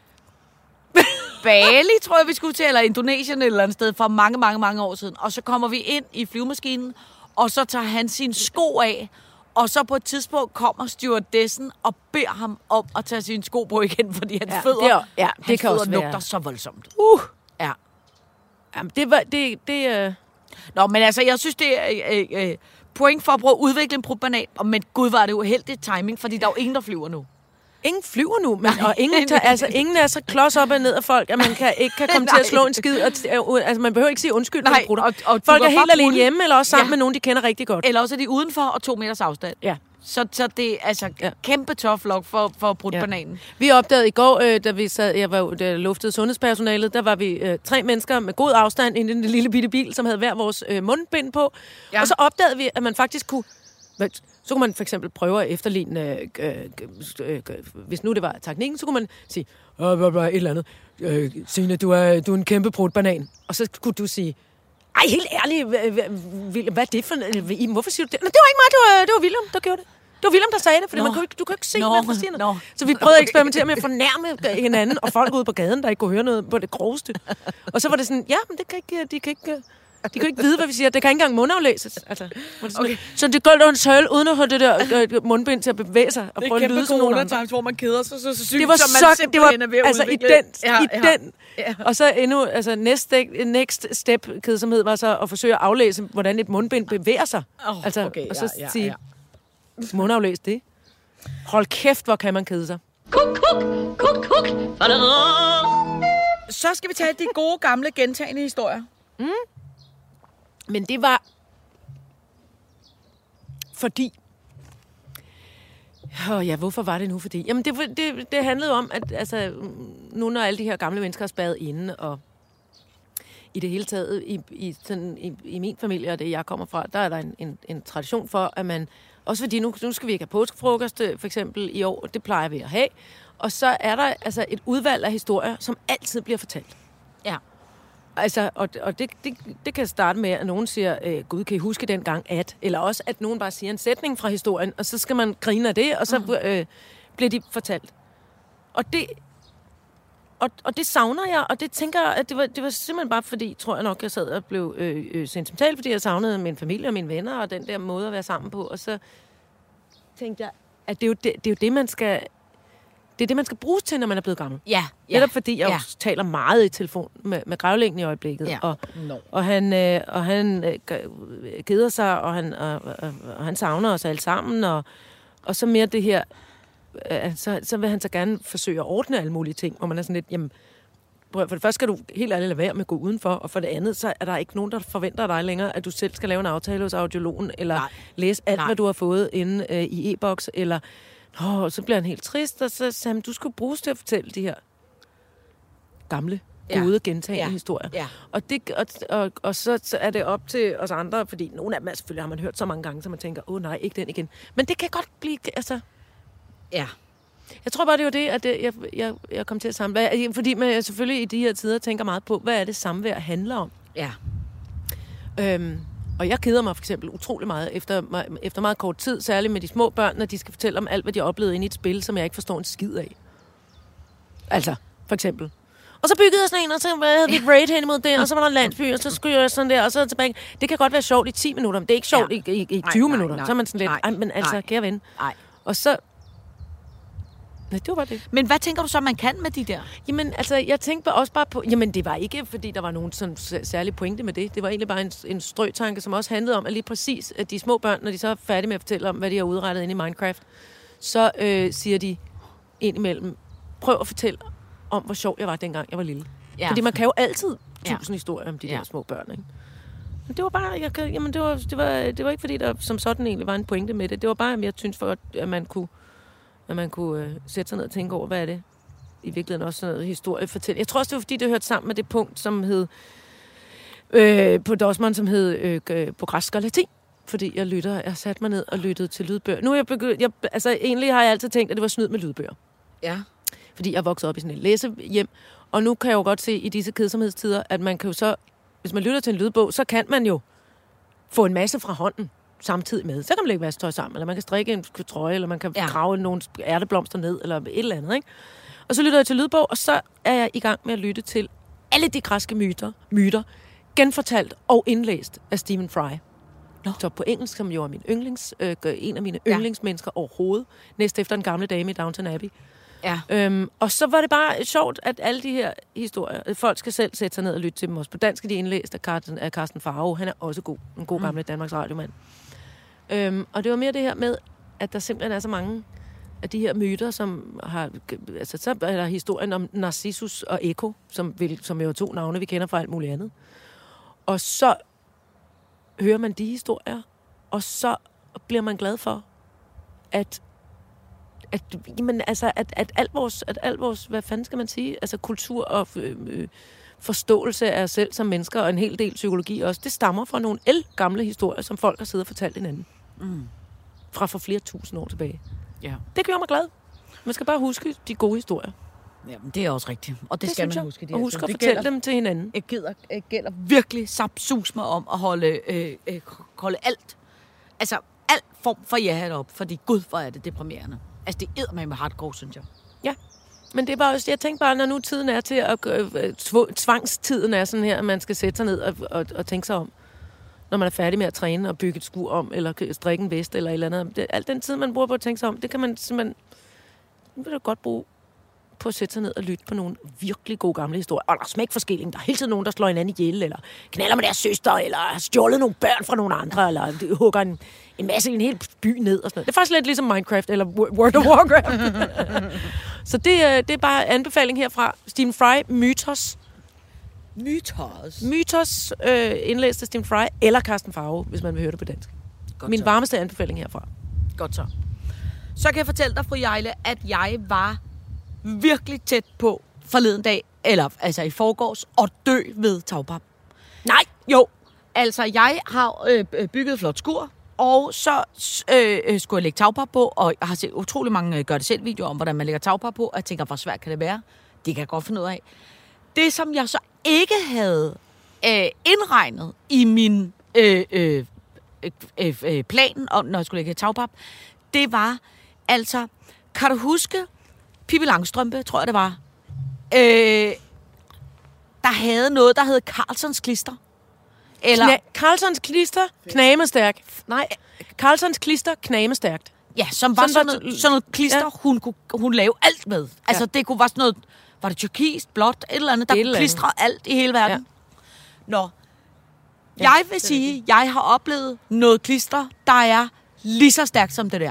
Bali, tror jeg, vi skulle til, eller Indonesien et eller andet sted, for mange, mange, mange år siden. Og så kommer vi ind i flyvemaskinen, og så tager han sine sko af, og så på et tidspunkt kommer stewardessen og beder ham om at tage sine sko på igen, fordi hans Ja, fødder, det er- ja, det hans kan fødder også være. lugter så voldsomt. Uh! Ja. Jamen, det var... Det, det, øh... Nå, men altså, jeg synes, det er øh, øh, point for at prøve at udvikle en brudbanan, og men gud, var det uheldigt timing, fordi der er jo ingen, der flyver nu. Ingen flyver nu, men, og ingen, tager, altså, ingen er så klods op og ned af folk, at man kan, ikke kan komme til at slå en skid. Og, altså, man behøver ikke sige undskyld, når Nej, man prutter. og- og du Folk kan er helt bare alene prutte. hjemme, eller også sammen Ja. med nogen, de kender rigtig godt. Eller også er de udenfor og to meters afstand. Ja. Så, så det er altså Ja. ja. kæmpe tough luck for, for brudbananen. Vi opdagede i går, øh, da vi sad, jeg var jo- da jeg luftede sundhedspersonalet, der var vi øh, tre mennesker med god afstand inde i den lille bitte bil, som havde hver vores øh, mundbind på. Ja. Ja. Og så opdagede vi, at man faktisk kunne... hvad- Så kunne man for eksempel prøve at efterligne, øh, øh, øh, øh, hvis nu det var teknikken, så kunne man sige, øh, øh, øh, et eller andet, øh, Signe, du er, du er en kæmpe brudbanan. Og så kunne du sige, ej, helt ærligt, hvad, hvad, hvad er det for noget? Hvorfor siger du det? Nå, det var ikke mig, det var, det var William, der gjorde det. Det var William, der sagde det, fordi Nå. man kunne, ikke- du kan ikke se, Nå. hvad der siger noget. Nå. Så vi prøvede at eksperimentere med at fornærme hinanden, og folk ude på gaden, der ikke kunne høre noget på det groveste. Og så var det sådan, ja, men det kan ikke, de kan ikke... De kan ikke vide, hvad vi siger. Det kan ikke engang mundaflæses. Altså, okay. Så det går under høl, uden at have det der øh, mundbind til at bevæge sig og prøve at lyde som nogen andre. hvor man keder sig så, så sygt, Det var som så, man det var simpelthen er ved at altså i udvikle. den, Ja, i ja. den. Ja. Og så endnu, altså next, next step kedsomhed var så at forsøge at aflæse, hvordan et mundbind bevæger sig. Oh, altså, okay, og så ja, ja, sige, ja. mundaflæs det. Hold kæft, hvor kan man kede sig. Kuk, kuk, kuk, kuk. Så skal vi tage de gode, gamle, gentagende historier. Men det var fordi... Åh ja, hvorfor var det nu fordi? Jamen, det, det, det handlede om, at altså, nu når alle de her gamle mennesker er spadet inde, og i det hele taget, i, i, sådan, i, i min familie og det, jeg kommer fra, der er der en, en, en tradition for, at man Også fordi nu, nu skal vi ikke have påskefrokost, for eksempel, i år. Det plejer vi at have. Og så er der altså et udvalg af historier, som altid bliver fortalt. Ja. Altså, og, og det, det, det kan starte med, at nogen siger, øh, Gud, kan I huske dengang at? Eller også, at nogen bare siger en sætning fra historien, og så skal man grine af det, og så mm. øh, bliver de fortalt. Og det, og, og det savner jeg, og det tænker jeg, at det var, det var simpelthen bare fordi, tror jeg nok, jeg sad og blev øh, øh, sentimental, fordi jeg savnede min familie og mine venner, og den der måde at være sammen på. Og så tænkte jeg, at det er jo det, det, er jo det man skal... Det er det, man skal bruges til, når man er blevet gammel. Ja. ja Netop fordi jeg ja. jo taler meget i telefon med, med grævlingen i øjeblikket. Ja. Og, no. og han, øh, og han øh, keder sig, og han, og, og, og han savner os alle sammen. Og, og så mere det her... Øh, så, så vil han så gerne forsøge at ordne alle mulige ting, hvor man er sådan lidt... Jamen, for det første skal du helt ærligt lade være med at gå udenfor, og for det andet, så er der ikke nogen, der forventer dig længere, at du selv skal lave en aftale hos audiologen, eller Nej. læse alt, Nej. hvad du har fået inde øh, i e-boks, eller... Åh, så bliver han helt trist, og så sagde han, du skulle bruges til at fortælle de her gamle, gode, ja. gentagende ja. historier. Ja. Og, det, og, og, og så, så er det op til os andre, fordi nogle af dem er selvfølgelig, har man hørt så mange gange, så man tænker, åh nej, ikke den igen. Men det kan godt blive, altså... Ja. Jeg tror bare, det var det, at det, jeg, jeg, jeg kom til at samle. Fordi man selvfølgelig i de her tider tænker meget på, hvad er det samvær handler om? Ja. Øhm, Og jeg keder mig for eksempel utrolig meget efter, efter meget kort tid, særligt med de små børn, når de skal fortælle om alt, hvad de har oplevet inde i et spil, som jeg ikke forstår en skid af. Altså, for eksempel. Og så byggede jeg sådan en, og så havde vi et raid hen imod det, og så var der en landsby, og så skulle jeg sådan der, og så tilbage. Det kan godt være sjovt i ti minutter, men det er ikke sjovt ja. i, i, i tyve nej, minutter. Nej, så er man sådan lidt, nej, men altså, kære ven. Nej. Og så... Nej, det var bare det. Men hvad tænker du så, man kan med de der? Jamen, altså, jeg tænkte også bare på... Jamen, det var ikke, fordi der var nogen sådan særlig pointe med det. Det var egentlig bare en, en strøtanke, som også handlede om, at lige præcis, at de små børn, når de så er færdige med at fortælle om, hvad de har udrettet inde i Minecraft, så øh, siger de indimellem, prøv at fortælle om, hvor sjov jeg var, dengang jeg var lille. Ja. Fordi man kan jo altid tusind ja. historier om de ja. der små børn, ikke? Men det var bare... Jeg, jamen, det var, det, var, det var ikke, fordi der som sådan egentlig var en pointe med det. Det var bare, at jeg synes for, at man kunne... at man kunne øh, sætte sig ned og tænke over, hvad er det i virkeligheden også sådan noget historiefortælling. Jeg tror også, det var, fordi det hørte sammen med det punkt, som hed øh, på Dosmon, som hed øh, på græsk og latin. Fordi jeg lytter, jeg satte mig ned og lyttede til lydbøger. Nu er jeg begyndt, jeg, altså egentlig har jeg altid tænkt, at det var snyd med lydbøger. Ja. Fordi jeg er vokset op i sådan et læsehjem, og nu kan jeg jo godt se i disse kedsomhedstider, at man kan jo så, hvis man lytter til en lydbog, så kan man jo få en masse fra hånden samtidig med. Så kan man lægge vasketøj sammen, eller man kan strikke en trøje, eller man kan ja. grave nogle ærteblomster ned, eller et eller andet, ikke? Og så lytter jeg til lydbog, og så er jeg i gang med at lytte til alle de græske myter, myter genfortalt og indlæst af Stephen Fry. No. Så på engelsk, som jo er min yndlings, øh, en af mine ja. yndlingsmennesker overhovedet, næst efter en gamle dame i Downton Abbey. Ja. Øhm, og så var det bare sjovt, at alle de her historier, folk skal selv sætte sig ned og lytte til dem også. På dansk er de indlæst af Carsten, af Carsten Faro. Han er også god, en god gamle mm. Danmarks radiomand. Øhm, og det var mere det her med, at der simpelthen er så mange af de her myter, som har... Altså, så er der historien om Narcissus og Echo, som, vil, som jo er to navne, vi kender fra alt muligt andet. Og så hører man de historier, og så bliver man glad for, at at, jamen, altså, at, at alt vores, at alt vores, hvad fanden skal man sige, altså kultur og øh, forståelse af os selv som mennesker, og en hel del psykologi også, det stammer fra nogle el-gamle historier, som folk har siddet og fortalt hinanden. Mm. Fra for flere tusind år tilbage. Ja. Det gør mig glad. Man skal bare huske de gode historier. Jamen, det er også rigtigt. Og det, det skal man jeg. huske. De og huske at fortælle gælder, dem til hinanden. Det gælder, det gælder virkelig sapsus mig om at holde, øh, øh, holde alt, altså alt form for ja op, fordi gud, hvor er det deprimerende. Altså, det æder mig med hardcore, synes jeg. Ja, men det er bare også, jeg tænker bare, når nu tiden er til at, øh, tvangstiden er sådan her, at man skal sætte sig ned og, og, og tænke sig om, når man er færdig med at træne og bygge et skur om, eller strikke en vest, eller et eller andet. Det, alt den tid, man bruger på at tænke sig om, det kan man simpelthen, det vil du godt bruge på at sætte sig ned og lytte på nogle virkelig gode gamle historier. Og der er smækforskilling. Der er hele tiden nogen, der slår hinanden ihjel, eller knaller med deres søster, eller har stjålet nogle børn fra nogle andre, eller hugger en, en masse i en hel by ned, og sådan noget. Det er faktisk lidt ligesom Minecraft, eller World of Warcraft. Så det, det er bare anbefaling herfra. Stephen Fry, Mythos. Mythos? Mythos, øh, indlæst af Stephen Fry, eller Carsten Faro, hvis man vil høre det på dansk. Godt Min så. varmeste anbefaling herfra. Godt så. Så kan jeg fortælle dig, fru Jejle, at jeg var virkelig tæt på forleden dag, eller altså i forgårs, og dø ved tagpap. Nej, jo. Altså, jeg har øh, bygget et flot skur, Og så øh, øh, skulle jeg lægge tagpap på, og jeg har set utrolig mange øh, gør-det-selv-videoer om, hvordan man lægger tagpap på, og jeg tænker, hvor svært kan det være? Det kan jeg godt finde ud af. Det, som jeg så ikke havde øh, indregnet i min øh, øh, øh, øh, plan, om, når jeg skulle lægge tagpap, det var altså, kan du huske, Pippi Langstrømpe, tror jeg det var, øh, der havde noget, der hed Carlsons klister. Eller Kna- Carlsons klister, knamestærk. Nej, Carlsons klister, knamestærkt. ja, som var Sådan sådan, var- noget, sådan noget klister, Ja. ja. hun kunne hun lave alt med. Altså, Ja. det kunne være sådan noget, var det tyrkist, blåt, et eller andet, der Et kunne eller andet. klistre alt i hele verden. Ja. Nå, jeg vil sige, jeg har oplevet noget klister, der er lige så stærkt som det der.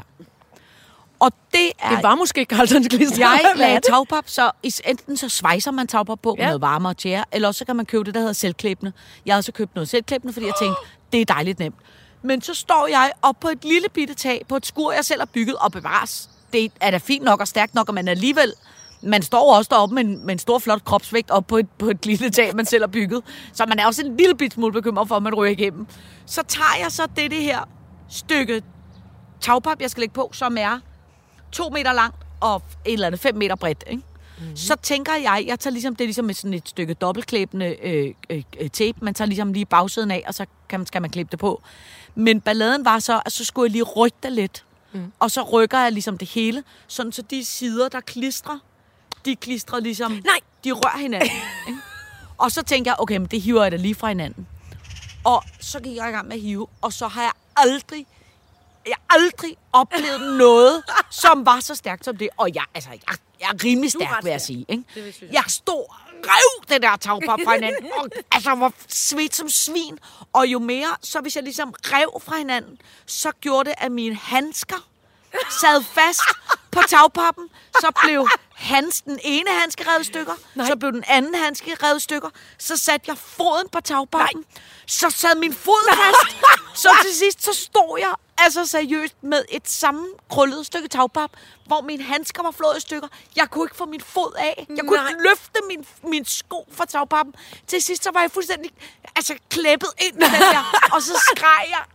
Og det er... Det var måske Carlsons klister. Jeg Hvad er lagde det? tagpap, så enten så svejser man tagpap på med Ja. noget varmere tjære, eller også så kan man købe det, der hedder selvklæbende. Jeg havde så købt noget selvklæbende, fordi jeg tænkte, det er dejligt nemt. Men så står jeg op på et lille bitte tag, på et skur, jeg selv har bygget, og bevares. Det er da fint nok og stærkt nok, og man alligevel... Man står også deroppe med en, med en stor, flot kropsvægt op på et, på et lille tag, man selv har bygget. Så man er også en lille bit smule bekymret for, at man ryger igennem. Så tager jeg så det, det her stykke tagpap, jeg skal lægge på, som er to meter langt og et eller andet fem meter bredt, ikke? Mm-hmm. Så tænker jeg, jeg tager ligesom, det er ligesom med sådan et stykke dobbeltklæbende øh, øh, tape, man tager ligesom lige bagsiden af, og så kan man, skal man klippe det på. Men balladen var så, at så skulle jeg lige rykke det lidt, mm. og så rykker jeg ligesom det hele, sådan så de sider, der klistrer, de klistrer ligesom, Nej. de rører hinanden. Ikke? Og så tænker jeg, okay, men det hiver jeg da lige fra hinanden. Og så gik jeg i gang med at hive, og så har jeg aldrig, jeg har aldrig oplevet noget, som var så stærkt som det. Og jeg, altså, jeg, jeg er rimelig stærk, vil jeg sige. Ikke? Jeg. jeg stod og rev det der tagpap fra hinanden, og altså, var svedt som svin. Og jo mere, så hvis jeg ligesom rev fra hinanden, så gjorde det, at mine handsker sad fast på tagpappen, så blev hans, den ene handske revet i stykker, Nej. så blev den anden handske revet i stykker, så satte jeg foden på tagpappen, Nej. så sad min fod fast, så til sidst, så stod jeg altså seriøst med et sammenkrøllet stykke tagpap, hvor mine handsker var flået i stykker. Jeg kunne ikke få min fod af. Jeg kunne Nej. ikke løfte min, min sko fra tagpappen. Til sidst, så var jeg fuldstændig altså, klippet ind med den der, og så skreg jeg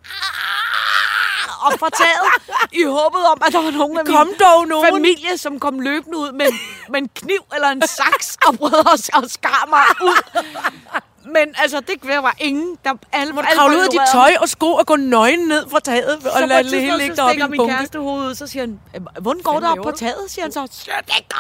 op fra taget, i håbet om, at der var nogen af Kom min dog nogen. familie, som kom løbende ud med, med en kniv eller en saks og prøvede at, at skar mig ud. Men altså, det var ingen, der alle Må du kravle ud af dit tøj og sko og gå nøgen ned fra taget og så på lade et det hele tidspunkt, ligge så deroppe i stikker en min bunke. kæreste hoved ud, så siger han, hvordan går det op på taget, siger han så. Så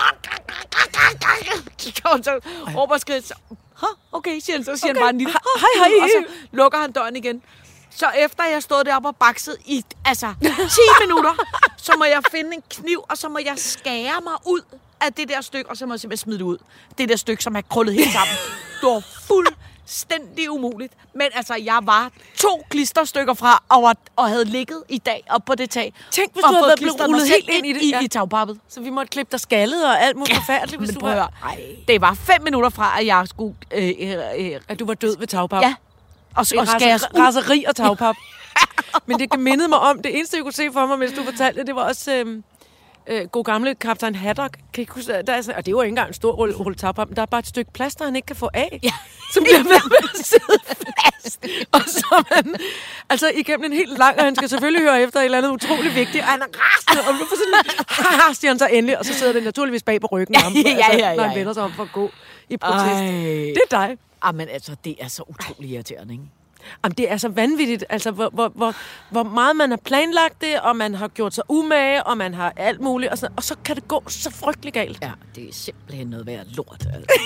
går han så råber og skrider, så, okay, siger han, så siger Okay. han bare en lille, Hej, hej. og så lukker han døren igen. Så efter jeg stod deroppe og bakset i altså ti minutter, så må jeg finde en kniv, og så må jeg skære mig ud af det der stykke, og så må jeg simpelthen smide det ud. Det der stykke, som er krøllet helt sammen. Det var fuldstændig umuligt. Men altså, jeg var to klisterstykker fra, og, var, og havde ligget i dag op på det tag. Tænk, hvis og du havde fået været blevet klistret rullet mig selv helt ind i det. I, Ja. i tagpappet. Så vi måtte klippe dig skaldet og alt muligt forfærdeligt, hvis Men du prøv at var... høre, det var fem minutter fra, at jeg skulle... Øh, øh, øh, At du var død ved tagpap. ja, og, og skæres ud. Raseri og tagpap. Men det mindede mig om, det eneste, jeg kunne se for mig, mens du fortalte det, det var også øh, øh, god gamle kaptajn Haddock. Kan I ikke huske, der er sådan, og det var ikke engang en stor rulle, rulle tagpap, men der er bare et stykke plaster, han ikke kan få af. Ja. Som bliver ved med at sidde fast. Og så man, altså igennem en helt lang, og han skal selvfølgelig høre efter et eller andet utroligt vigtigt, og han er rasende, og nu får sådan, haha, siger han så endelig, og så sidder den naturligvis bag på ryggen af ham, Ja, ja, altså, ja, ja, når han ja. vender sig om for at gå i protest. Ej. Det er dig. Ah, men altså, det er så utrolig irriterende, ikke? Jamen, det er så vanvittigt, altså, hvor, hvor, hvor, hvor meget man har planlagt det, og man har gjort sig umage, og man har alt muligt, og, sådan, og så kan det gå så frygtelig galt. Ja, det er simpelthen noget værd lort, altså.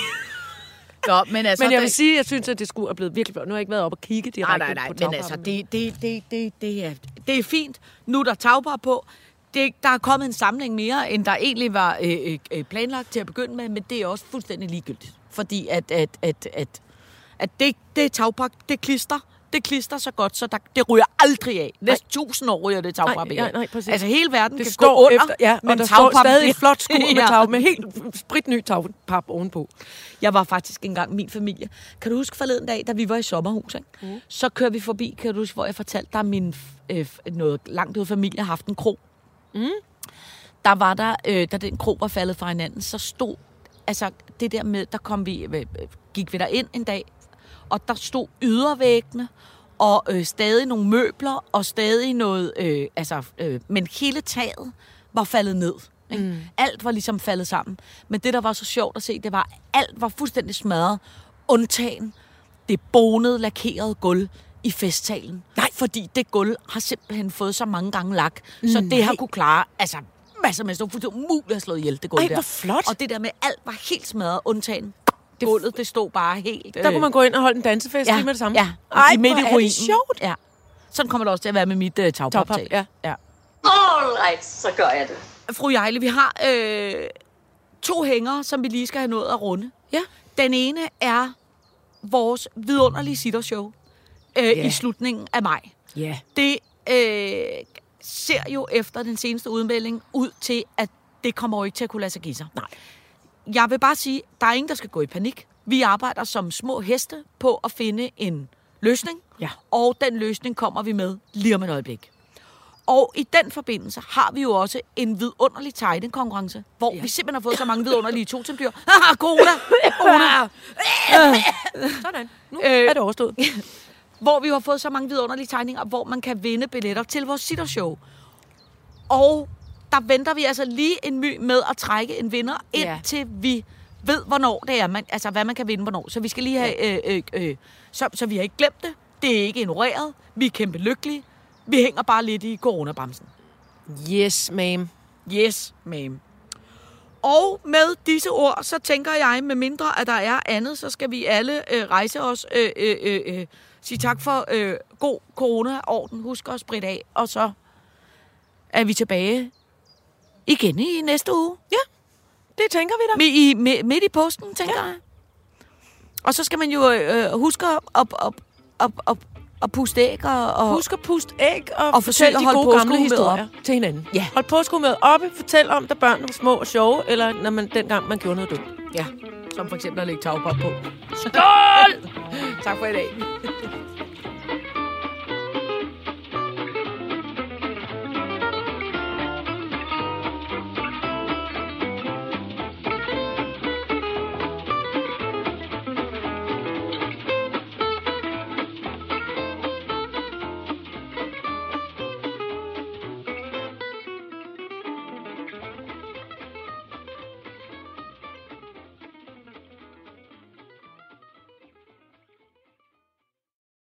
Nå, men altså... Men jeg vil det, sige, jeg synes, at det skulle have blevet virkelig... Nu har jeg ikke været op og kigge direkte nej, nej, nej, på men tagpappen. altså, det, det, det, det, det, er, det er fint. Nu er der tagpap på. Det, der er kommet en samling mere, end der egentlig var øh, øh, planlagt til at begynde med, men det er også fuldstændig ligegyldigt. Fordi at, at, at, at, at det, det tagpap, det klister, det klister så godt, så der, det ryger aldrig af. Næsten tusind år ryger det tagpap Nej, af. ja, nej, præcis. Altså hele verden Det kan står gå under, efter, ja, men og der tagpap, står stadig det- et flot skur med, Ja. tag, med helt spritny tagpap ovenpå. Jeg var faktisk engang min familie. Kan du huske forleden dag, da vi var i sommerhus, ikke? Mm. Så kører vi forbi, kan du huske, hvor jeg fortalte dig, at min øh, noget langt ud familie har haft en krog. Mm. Der var der, øh, da den krog var faldet fra hinanden, så stod, altså det der med, der kom vi, øh, gik vi der ind en dag, og der stod ydervæggene og øh, stadig nogle møbler, og stadig noget, øh, altså, øh, men hele taget var faldet ned. Ikke? Mm. Alt var ligesom faldet sammen. Men det, der var så sjovt at se, det var, at alt var fuldstændig smadret, undtagen det bonede, lakerede gulv i festsalen. Nej, fordi det gulv har simpelthen fået så mange gange lak, så Nej. det har kunne klare, altså masser med, så fuldstændig umuligt at slå ihjel, det gulv Ej, der. hvor flot. Og det der med, alt var helt smadret, undtagen det gulvet, det stod bare helt... Der kunne man gå ind og holde en dansefest ja, lige med det samme. Ja, Ej, i midt i ruinen. sjovt. Ja. Sådan kommer det også til at være med mit uh, tagpaptag. Ja. ja. All right, så gør jeg det. Fru Jejle, vi har øh, to hængere, som vi lige skal have nået at runde. Ja. Den ene er vores vidunderlige sittershow øh, Yeah. i slutningen af maj. Ja. Det øh, ser jo efter den seneste udmelding ud til, at det kommer jo ikke til at kunne lade sig give sig. Nej. Jeg vil bare sige, der er ingen, der skal gå i panik. Vi arbejder som små heste på at finde en løsning, Ja. og den løsning kommer vi med lige om et øjeblik. Og i den forbindelse har vi jo også en vidunderlig tegnekonkurrence, hvor ja. vi simpelthen har fået så mange vidunderlige totemdyr. Haha, corona! Corona! Sådan. Nu Øh, er det overstået. Hvor vi har fået så mange vidunderlige tegninger, hvor man kan vinde billetter til vores sittershow. Og der venter vi altså lige en my med at trække en vinder, Ja. indtil vi ved, hvornår det er. Man, altså, hvad man kan vinde, hvornår. Så vi skal lige have... Øh, øh, øh, så, så vi har ikke glemt det. Det er ikke ignoreret. Vi er kæmpe lykkelige. Vi hænger bare lidt i coronabremsen. Yes, ma'am. Yes, ma'am. Og med disse ord, så tænker jeg, med mindre at der er andet, så skal vi alle øh, rejse os, øh, øh, øh, sige tak for øh, god corona-orden, husk at spritte af, og så er vi tilbage igen i næste uge. Ja, det tænker vi da. Midt i, midt, midt i posten, tænker ja. jeg. Og så skal man jo øh, huske at, at, at, at, at, at puste æg og... og Husk at puste æg og, og fortæl de holde gode gamle påskehumøret historier op. Til hinanden. Ja. Hold påskehumøret oppe. Fortæl om, da børn var små og sjove, eller når man, dengang man gjorde noget dumt. Ja, som for eksempel at lægge tagpap på. Skål! Tak for i dag.